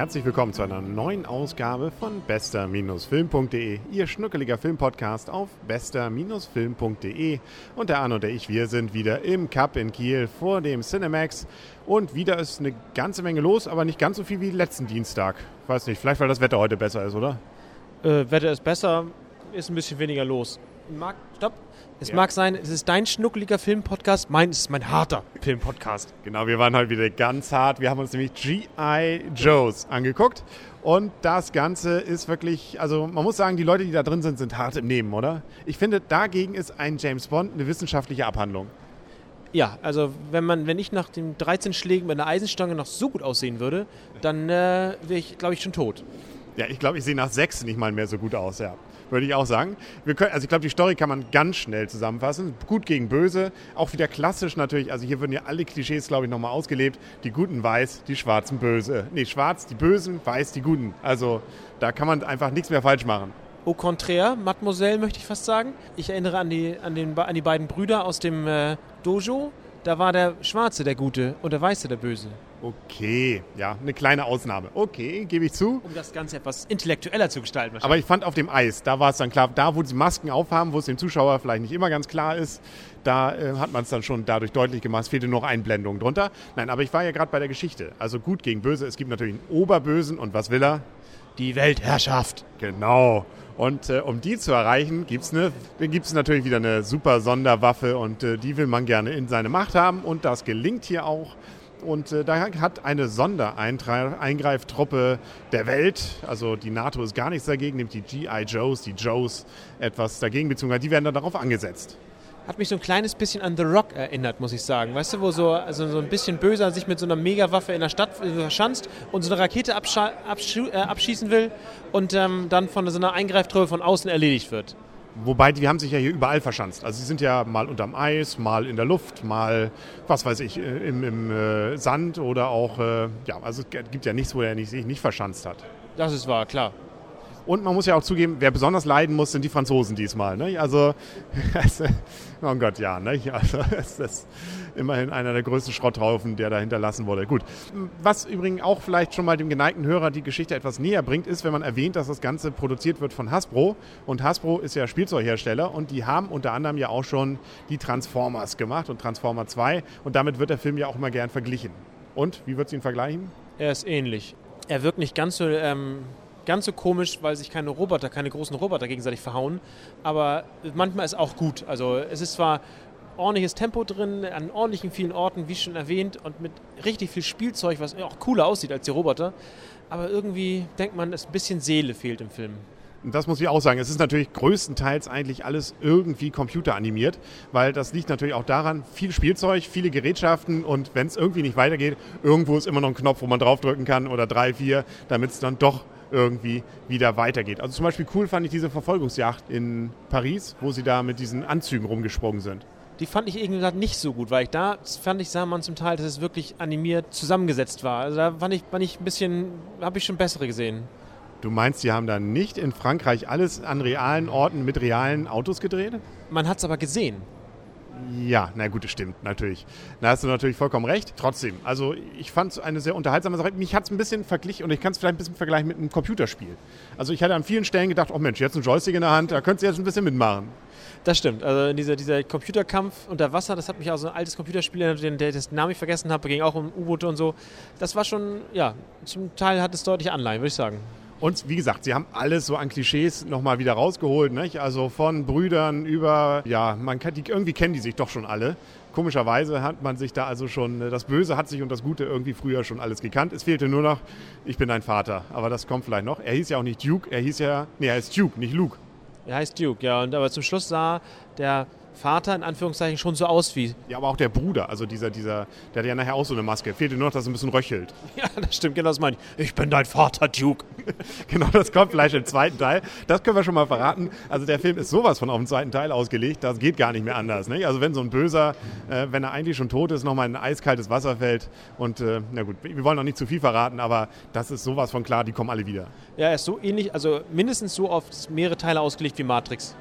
herzlich willkommen zu einer neuen Ausgabe von bester-film.de, Ihr schnuckeliger Filmpodcast auf bester-film.de. Und der Arno und ich, wir sind wieder im Cup in Kiel vor dem Cinemax. Und wieder ist eine ganze Menge los, aber nicht ganz so viel wie letzten Dienstag. Weiß nicht, vielleicht weil das Wetter heute besser ist, oder? Wetter ist besser, ist ein bisschen weniger los. Mag sein, es ist dein schnuckeliger Filmpodcast, meins ist mein harter Filmpodcast. Genau, wir waren halt wieder ganz hart. Wir haben uns nämlich G.I. Joes angeguckt. Und das Ganze ist wirklich, also man muss sagen, die Leute, die da drin sind, sind hart im Nehmen, oder? Ich finde, dagegen ist ein James Bond eine wissenschaftliche Abhandlung. Ja, also wenn ich nach den 13 Schlägen mit einer Eisenstange noch so gut aussehen würde, dann wäre ich, glaube ich, schon tot. Ja, ich glaube, ich sehe nach 6 nicht mal mehr so gut aus, ja. Würde ich auch sagen. Ich glaube, die Story kann man ganz schnell zusammenfassen. Gut gegen Böse, auch wieder klassisch natürlich. Also hier würden ja alle Klischees, glaube ich, nochmal ausgelebt. Die Guten weiß, die Schwarzen böse. Nee, schwarz die Bösen, weiß die Guten. Also da kann man einfach nichts mehr falsch machen. Au contraire, Mademoiselle, möchte ich fast sagen. Ich erinnere an die beiden Brüder aus dem Dojo. Da war der Schwarze der Gute und der Weiße der Böse. Okay, ja, eine kleine Ausnahme. Okay, gebe ich zu. Um das Ganze etwas intellektueller zu gestalten. Aber ich fand auf dem Eis, da war es dann klar, da wo die Masken aufhaben, wo es dem Zuschauer vielleicht nicht immer ganz klar ist, da hat man es dann schon dadurch deutlich gemacht, es fehlte noch Einblendung drunter. Nein, aber ich war ja gerade bei der Geschichte. Also gut gegen böse, es gibt natürlich einen Oberbösen und was will er? Die Weltherrschaft. Genau. Und um die zu erreichen, gibt es natürlich wieder eine super Sonderwaffe und die will man gerne in seine Macht haben und das gelingt hier auch. Und da hat eine Sondereingreiftruppe der Welt, also die NATO ist gar nichts dagegen, nimmt die G.I. Joes, die Joes etwas dagegen, beziehungsweise die werden dann darauf angesetzt. Hat mich so ein kleines bisschen an The Rock erinnert, muss ich sagen. Weißt du, wo so ein bisschen Böser sich mit so einer Megawaffe in der Stadt verschanzt und so eine Rakete abschießen will und dann von so einer Eingreiftruppe von außen erledigt wird. Wobei, die haben sich ja hier überall verschanzt. Also sie sind ja mal unterm Eis, mal in der Luft, mal, was weiß ich, im Sand oder auch, also es gibt ja nichts, wo er sich nicht verschanzt hat. Das ist wahr, klar. Und man muss ja auch zugeben, wer besonders leiden muss, sind die Franzosen diesmal. Ne? Also, oh Gott, ja. Ne? Also, es ist immerhin einer der größten Schrotthaufen, der da hinterlassen wurde. Gut, was übrigens auch vielleicht schon mal dem geneigten Hörer die Geschichte etwas näher bringt, ist, wenn man erwähnt, dass das Ganze produziert wird von Hasbro. Und Hasbro ist ja Spielzeughersteller und die haben unter anderem ja auch schon die Transformers gemacht und Transformer 2. Und damit wird der Film ja auch immer gern verglichen. Und, wie würdest du ihn vergleichen? Er ist ähnlich. Er wirkt nicht ganz so komisch, weil sich keine großen Roboter gegenseitig verhauen. Aber manchmal ist auch gut. Also es ist zwar ordentliches Tempo drin, an ordentlichen vielen Orten, wie schon erwähnt, und mit richtig viel Spielzeug, was auch cooler aussieht als die Roboter. Aber irgendwie denkt man, dass ein bisschen Seele fehlt im Film. Und das muss ich auch sagen. Es ist natürlich größtenteils eigentlich alles irgendwie computeranimiert, weil das liegt natürlich auch daran, viel Spielzeug, viele Gerätschaften und wenn es irgendwie nicht weitergeht, irgendwo ist immer noch ein Knopf, wo man draufdrücken kann oder 3, 4, damit es dann doch irgendwie wieder weitergeht. Also zum Beispiel cool fand ich diese Verfolgungsjagd in Paris, wo sie da mit diesen Anzügen rumgesprungen sind. Die fand ich irgendwie nicht so gut, weil sah man zum Teil, dass es wirklich animiert zusammengesetzt war. Also da habe ich schon bessere gesehen. Du meinst, die haben da nicht in Frankreich alles an realen Orten mit realen Autos gedreht? Man hat es aber gesehen. Ja, na gut, das stimmt, natürlich. Da hast du natürlich vollkommen recht. Trotzdem, also ich fand es eine sehr unterhaltsame Sache. Mich hat es ein bisschen verglichen und ich kann es vielleicht ein bisschen vergleichen mit einem Computerspiel. Also ich hatte an vielen Stellen gedacht, oh Mensch, jetzt ein Joystick in der Hand, da könntest du jetzt ein bisschen mitmachen. Das stimmt, also dieser Computerkampf unter Wasser, das hat mich auch so ein altes Computerspiel, das Namen ich vergessen habe, ging auch um U-Boote und so. Das war schon, ja, zum Teil hat es deutliche Anleihen, würde ich sagen. Und wie gesagt, sie haben alles so an Klischees nochmal wieder rausgeholt, nicht? Also von Brüdern über, ja, irgendwie kennen die sich doch schon alle. Komischerweise hat man sich da also schon, das Böse hat sich und das Gute irgendwie früher schon alles gekannt. Es fehlte nur noch, ich bin dein Vater, aber das kommt vielleicht noch. Er hieß ja auch nicht Duke, er heißt Duke, nicht Luke. Er heißt Duke, ja, aber zum Schluss sah der Vater in Anführungszeichen schon so aus wie... Ja, aber auch der Bruder, also der hat ja nachher auch so eine Maske. Fehlte nur noch, dass er ein bisschen röchelt. Ja, das stimmt, genau das meine ich. Ich bin dein Vater, Duke. Genau, das kommt vielleicht im zweiten Teil. Das können wir schon mal verraten. Also der Film ist sowas von auf den zweiten Teil ausgelegt, das geht gar nicht mehr anders. Nicht? Also wenn so ein Böser, wenn er eigentlich schon tot ist, nochmal in ein eiskaltes Wasser fällt und na gut, wir wollen noch nicht zu viel verraten, aber das ist sowas von klar, die kommen alle wieder. Ja, er ist so ähnlich, also mindestens so auf mehrere Teile ausgelegt wie Matrix.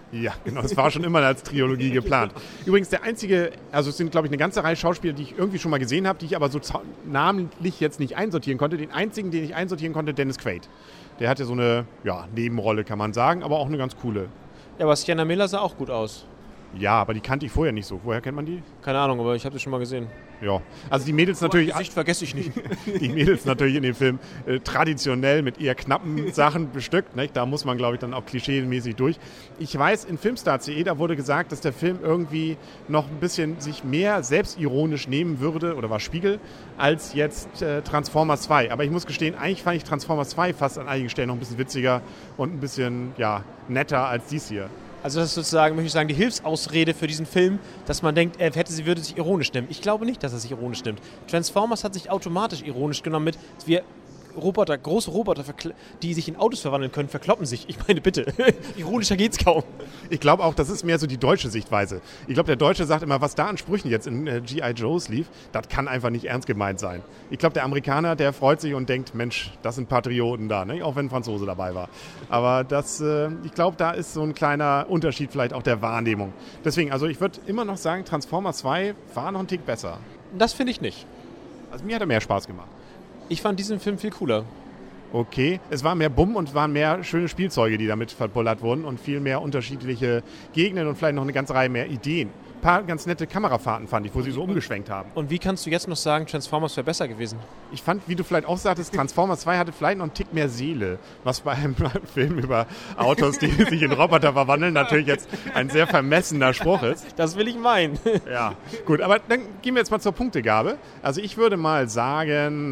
Ja, genau, das war schon immer als Trilogie geplant. Übrigens der einzige, also es sind glaube ich eine ganze Reihe Schauspieler, die ich irgendwie schon mal gesehen habe, die ich aber so namentlich jetzt nicht einsortieren konnte. Den einzigen, den ich einsortieren konnte, Dennis Quaid. Der hatte so eine Nebenrolle, kann man sagen, aber auch eine ganz coole. Ja, aber Sienna Miller sah auch gut aus. Ja, aber die kannte ich vorher nicht so. Woher kennt man die? Keine Ahnung, aber ich habe das schon mal gesehen. Ja, also die Mädels natürlich... Gesicht vergesse ich nicht. Die Mädels natürlich in dem Film traditionell mit eher knappen Sachen bestückt. Nicht? Da muss man, glaube ich, dann auch klischeemäßig durch. Ich weiß, in Filmstar.de, da wurde gesagt, dass der Film irgendwie noch ein bisschen sich mehr selbstironisch nehmen würde, oder war Spiegel, als jetzt Transformers 2. Aber ich muss gestehen, eigentlich fand ich Transformers 2 fast an einigen Stellen noch ein bisschen witziger und ein bisschen netter als dies hier. Also das ist sozusagen, möchte ich sagen, die Hilfsausrede für diesen Film, dass man denkt, würde sich ironisch nehmen. Ich glaube nicht, dass er sich ironisch nimmt. Transformers hat sich automatisch ironisch genommen mit, große Roboter, die sich in Autos verwandeln können, verkloppen sich. Ich meine, bitte, ironischer geht's kaum. Ich glaube auch, das ist mehr so die deutsche Sichtweise. Ich glaube, der Deutsche sagt immer, was da an Sprüchen jetzt in G.I. Joes lief, das kann einfach nicht ernst gemeint sein. Ich glaube, der Amerikaner, der freut sich und denkt, Mensch, das sind Patrioten da, ne? Auch wenn ein Franzose dabei war. Aber ich glaube, da ist so ein kleiner Unterschied vielleicht auch der Wahrnehmung. Deswegen, also ich würde immer noch sagen, Transformers 2 war noch ein Tick besser. Das finde ich nicht. Also mir hat er mehr Spaß gemacht. Ich fand diesen Film viel cooler. Okay, es war mehr Bumm und es waren mehr schöne Spielzeuge, die damit verbullert wurden und viel mehr unterschiedliche Gegenden und vielleicht noch eine ganze Reihe mehr Ideen. Ein paar ganz nette Kamerafahrten fand ich, wo sie so umgeschwenkt haben. Und wie kannst du jetzt noch sagen, Transformers wäre besser gewesen? Ich fand, wie du vielleicht auch sagtest, Transformers 2 hatte vielleicht noch einen Tick mehr Seele, was bei einem Film über Autos, die sich in Roboter verwandeln, natürlich jetzt ein sehr vermessener Spruch ist. Das will ich meinen. Ja, gut, aber dann gehen wir jetzt mal zur Punktegabe. Also ich würde mal sagen,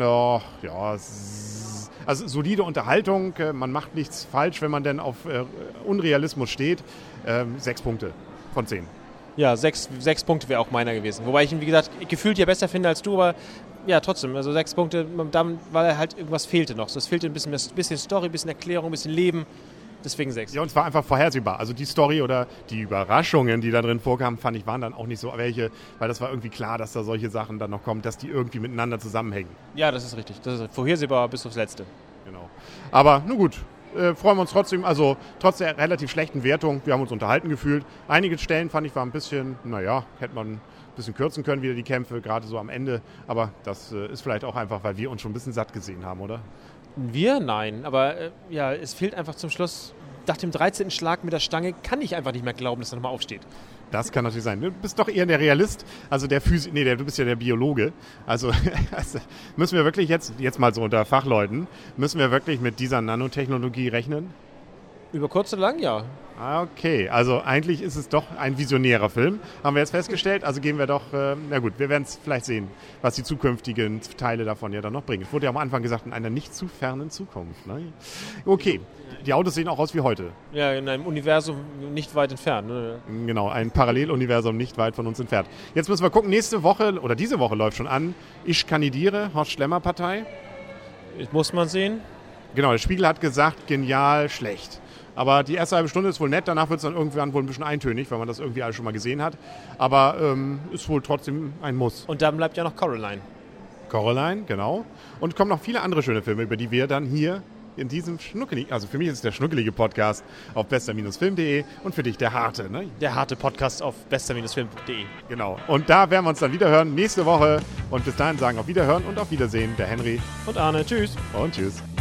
also solide Unterhaltung, man macht nichts falsch, wenn man denn auf Unrealismus steht. 6 Punkte von 10. Ja, 6 Punkte wäre auch meiner gewesen. Wobei ich ihn, wie gesagt, gefühlt ja besser finde als du, aber ja, trotzdem, also 6 Punkte, weil halt irgendwas fehlte noch. So, es fehlte ein bisschen Story, ein bisschen Erklärung, ein bisschen Leben. Deswegen 6. Ja, und es war einfach vorhersehbar. Also die Story oder die Überraschungen, die da drin vorkamen, fand ich, waren dann auch nicht so welche, weil das war irgendwie klar, dass da solche Sachen dann noch kommen, dass die irgendwie miteinander zusammenhängen. Ja, das ist richtig. Das ist vorhersehbar bis aufs Letzte. Genau. Aber, nun gut, freuen wir uns trotzdem, also trotz der relativ schlechten Wertung, wir haben uns unterhalten gefühlt. Einige Stellen fand ich, war ein bisschen, hätte man ein bisschen kürzen können, wieder die Kämpfe, gerade so am Ende. Aber das ist vielleicht auch einfach, weil wir uns schon ein bisschen satt gesehen haben, oder? Wir? Nein. Aber es fehlt einfach zum Schluss, nach dem 13. Schlag mit der Stange kann ich einfach nicht mehr glauben, dass er nochmal aufsteht. Das kann natürlich sein. Du bist doch eher der Realist, also du bist ja der Biologe. Also müssen wir wirklich jetzt mal so unter Fachleuten, müssen wir wirklich mit dieser Nanotechnologie rechnen? Über kurz oder lang, ja. Okay, also eigentlich ist es doch ein visionärer Film, haben wir jetzt festgestellt. Also gehen wir doch, wir werden es vielleicht sehen, was die zukünftigen Teile davon ja dann noch bringen. Es wurde ja am Anfang gesagt, in einer nicht zu fernen Zukunft. Ne? Okay, die Autos sehen auch aus wie heute. Ja, in einem Universum nicht weit entfernt. Ne? Genau, ein Paralleluniversum nicht weit von uns entfernt. Jetzt müssen wir gucken, diese Woche läuft schon an, Ich kandidiere, Horst Schlemmer Partei. Muss man sehen. Genau, der Spiegel hat gesagt, genial, schlecht. Aber die erste halbe Stunde ist wohl nett, danach wird es dann irgendwann wohl ein bisschen eintönig, weil man das irgendwie alles schon mal gesehen hat. Aber ist wohl trotzdem ein Muss. Und dann bleibt ja noch Coraline. Coraline, genau. Und kommen noch viele andere schöne Filme, über die wir dann hier in diesem also für mich ist es der schnuckelige Podcast auf bester-film.de und für dich der harte, ne? Der harte Podcast auf bester-film.de. Genau. Und da werden wir uns dann wieder hören nächste Woche. Und bis dahin sagen auf Wiederhören und auf Wiedersehen der Henry und Arne. Tschüss. Und tschüss.